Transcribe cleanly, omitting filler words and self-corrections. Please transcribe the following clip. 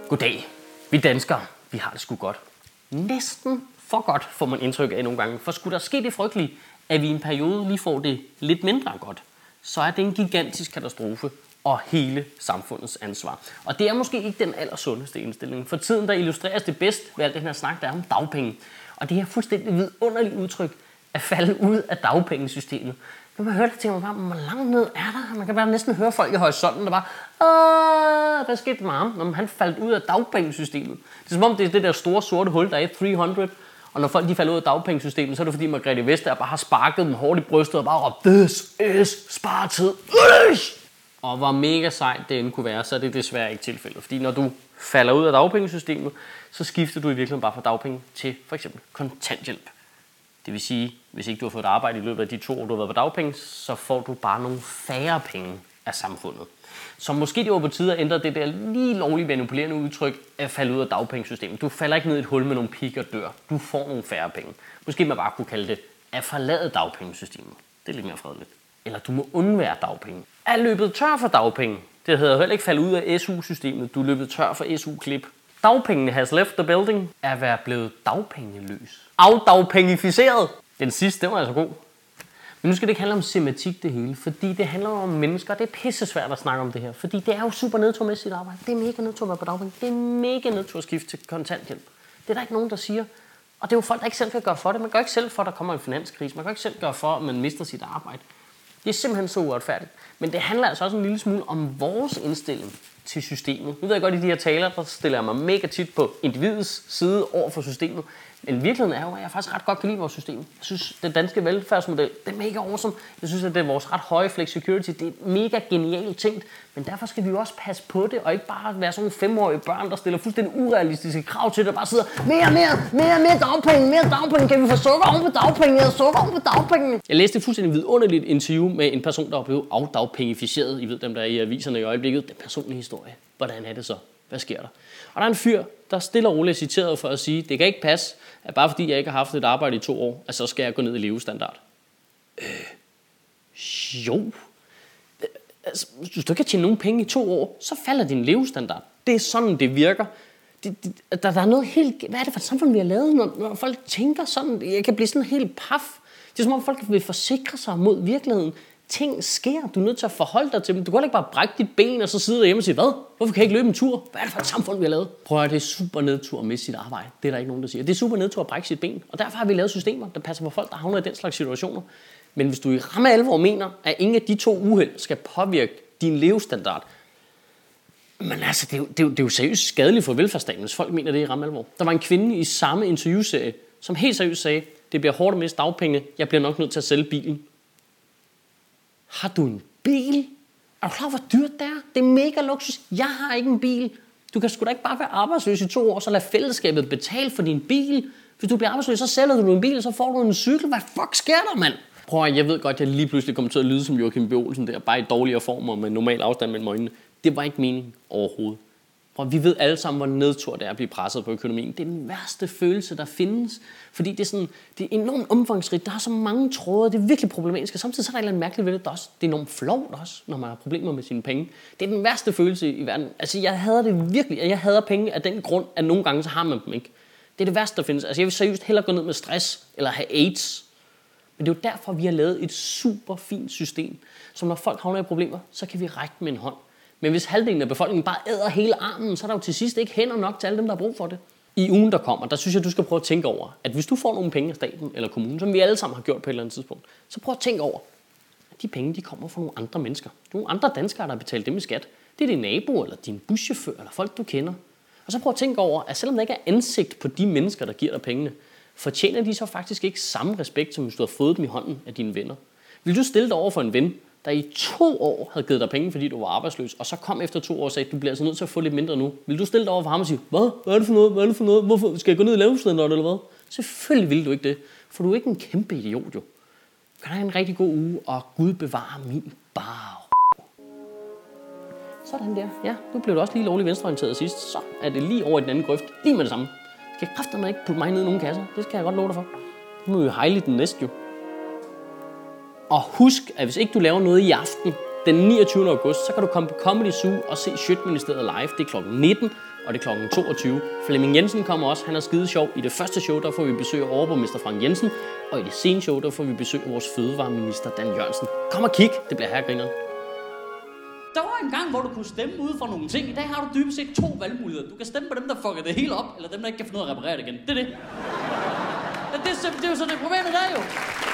Goddag. Vi danskere, vi har det sgu godt. Næsten for godt, får man indtryk af nogle gange. For skulle der ske det frygtelige, at vi i en periode lige får det lidt mindre godt, så er det en gigantisk katastrofe og hele samfundets ansvar. Og det er måske ikke den allersundeste indstilling. For tiden der illustreres det bedst ved alt den her snak, der er om dagpenge. Og det her fuldstændig vidunderlige udtryk at falde ud af dagpengesystemet. Når man hører det, tænker man bare, hvor langt ned er der? Man kan bare næsten høre folk i horisonten, der bare, hvad skete med ham, når han faldt ud af dagpengesystemet? Det er som om, det er det der store sorte hul, der er i 300. Og når folk de falder ud af dagpengesystemet, så er det fordi Margrethe Vestager bare har sparket dem hårdt i brystet og bare råbt, this is sparetid. Og hvor mega sejt det end kunne være, så er det desværre ikke tilfældet. Fordi når du falder ud af dagpengesystemet, så skifter du i virkeligheden bare fra dagpenge til for eksempel kontanthjælp. Det vil sige, hvis ikke du har fået et arbejde i løbet af de 2 år, du har været på dagpenge, så får du bare nogle færre penge af samfundet. Så måske det var på tide at ændre det der lige lovligt manipulerende udtryk at falde ud af dagpengesystemet. Du falder ikke ned i et hul med nogle pik og dør. Du får nogle færre penge. Måske man bare kunne kalde det at forlade dagpengesystemet. Det er lidt mere fredeligt. Eller du må undvære dagpenge. Er løbet tør for dagpenge? Det hedder heller ikke falde ud af SU-systemet. Du er løbet tør for SU-klip. Dagpengene has left the building. Er at være blevet dagpengeløs. Afdagpengificeret. Den sidste, den var altså god. Men nu skal det ikke handle om semantik det hele, fordi det handler om mennesker. Det er pissesvært at snakke om det her, fordi det er jo super nedtur med sit arbejde. Det er mega nedtur at være på dagpenge. Det er mega nedtur at skifte til kontanthjælp. Det er der ikke nogen, der siger. Og det er jo folk, der ikke selv kan gøre for det. Man gør ikke selv for, at der kommer en finanskrise. Man kan ikke selv gøre for, at man mister sit arbejde. Det er simpelthen så uretfærdigt. Men det handler altså også en lille smule om vores indstilling til systemet. Nu ved jeg godt, i de her taler, der stiller jeg mig mega tit på individets side over for systemet. Men virkeligheden er jo, at jeg faktisk ret godt kan lide vores system. Jeg synes, den danske velfærdsmodel, det er mega awesome. Jeg synes, at det er vores ret høje flex security. Det er mega genialt tænkt. Men derfor skal vi jo også passe på det, og ikke bare være sådan nogle 5-årige børn, der stiller fuldstændig urealistiske krav til, der bare sidder mere dagpenge. Kan vi få sukker oven på dagpenge? Sukker oven på dagpenge. Jeg læste et fuldstændig vidunderligt interview med en person, der var blevet afdagpengificeret. I ved dem, der er i aviserne i øjeblikket. Den personlige historie. Hvordan er det så? Hvad sker der? Og der er en fyr, der stille og roligt er citeret for at sige, det kan ikke passe, at bare fordi jeg ikke har haft et arbejde i 2 år, at så skal jeg gå ned i levestandard. Jo. Altså, hvis du ikke kan tjene nogen penge i 2 år, så falder din levestandard. Det er sådan, det virker. Der er noget helt... Hvad er det for et samfund, vi har lavet, når folk tænker sådan? Jeg kan blive sådan helt paf. Det er som om folk vil forsikre sig mod virkeligheden. Ting sker. Du er nødt til at forholde dig til dem. Du kan ikke bare brække dit ben og så sidde derhjemme og sige, hvad? Hvorfor kan jeg ikke løbe en tur? Hvad er det for et samfund, vi har lavet? Prøv at det er super nedtur at miste sit arbejde. Det er der ikke nogen, der siger. Det er super nedtur at brække sit ben. Og derfor har vi lavet systemer, der passer på folk, der havner i den slags situationer. Men hvis du i ramme alvor mener, at ingen af de 2 uheld skal påvirke din levestandard, men altså, det er jo seriøst skadeligt for velfærdsstaten, hvis folk mener det i ramme alvor. Der var en kvinde i samme interviewserie, som helt seriøst sagde, det bliver hårdt at miste dagpenge. Jeg bliver nok nødt til at sælge bilen. Har du en bil? Er du klar, hvor dyrt det er? Det er mega luksus. Jeg har ikke en bil. Du kan sgu da ikke bare være arbejdsløs i 2 år, så lad fællesskabet betale for din bil. Hvis du bliver arbejdsløs, så sælger du en bil, og så får du en cykel. Hvad fuck sker der, mand? Prøv at, jeg ved godt, at jeg lige pludselig kommer til at lyde som Joachim B. Olsen der, bare i dårligere form og med normal afstand mellem øjnene. Det var ikke meningen overhovedet. Vi ved alle sammen, hvor nedtur det er at blive presset på økonomien. Det er den værste følelse, der findes. Fordi det er enormt omfangsrigt. Der er så mange tråde. Det er virkelig problematisk. Og samtidig så er der et eller andet mærkeligt ved det. Det er enormt flovt også, når man har problemer med sine penge. Det er den værste følelse i verden. Altså, jeg hader det virkelig. Jeg hader penge af den grund, at nogle gange så har man dem ikke. Det er det værste, der findes. Altså, jeg vil seriøst hellere gå ned med stress eller have AIDS. Men det er jo derfor, vi har lavet et super fint system. Så når folk havner i problemer, så kan vi række med en hånd. Men hvis halvdelen af befolkningen bare æder hele armen, så er der jo til sidst ikke hænder nok til alle dem, der har brug for det. I ugen, der kommer, der synes jeg, du skal prøve at tænke over, at hvis du får nogle penge af staten eller kommunen, som vi alle sammen har gjort på et eller andet tidspunkt, så prøv at tænke over, at de penge, de kommer fra nogle andre mennesker. Nogle andre danskere, der har betalt dem i skat. Det er din nabo, eller din buschauffør, eller folk, du kender. Og så prøv at tænke over, at selvom der ikke er ansigt på de mennesker, der giver dig pengene, fortjener de så faktisk ikke samme respekt, som hvis du har fået dem i hånden af dine venner. Vil du stille dig over for en ven, der i 2 år havde givet dig penge, fordi du var arbejdsløs, og så kom efter 2 år og sagde, at du bliver altså nødt til at få lidt mindre nu. Vil du stille dig over for ham og sige, hvad? Hvad er det for noget? Hvad er det for noget? Hvorfor skal jeg gå ned i levestandard eller hvad? Selvfølgelig vil du ikke det, for du er ikke en kæmpe idiot jo. Kan du have en rigtig god uge, og Gud bevare min bar. Sådan der. Ja, nu blev du også lige lovligt venstreorienteret sidst. Så er det lige over i den anden grøft. Lige med det samme. Skal jeg kraftedeme ikke putte mig ned i nogen kasser? Det skal jeg godt love dig for. Nu må vi jo hejle den næste jo. Og husk, at hvis ikke du laver noget i aften, den 29. august, så kan du komme på Comedy Zoo og se Sjøtministeriet live. Det er kl. 19, og det er kl. 22. Flemming Jensen kommer også, han er skide sjov. I det første show, der får vi besøg af overborgmester Frank Jensen, og i det senere show, der får vi besøg af vores fødevareminister Dan Jørgensen. Kom og kig, det bliver herregrineren. Der var en gang, hvor du kunne stemme ud for nogle ting. I dag har du dybest set 2 valgmuligheder. Du kan stemme på dem, der fucker det hele op, eller dem, der ikke kan finde ud af at reparere det igen. Det er det. Det er jo så det problemet der jo.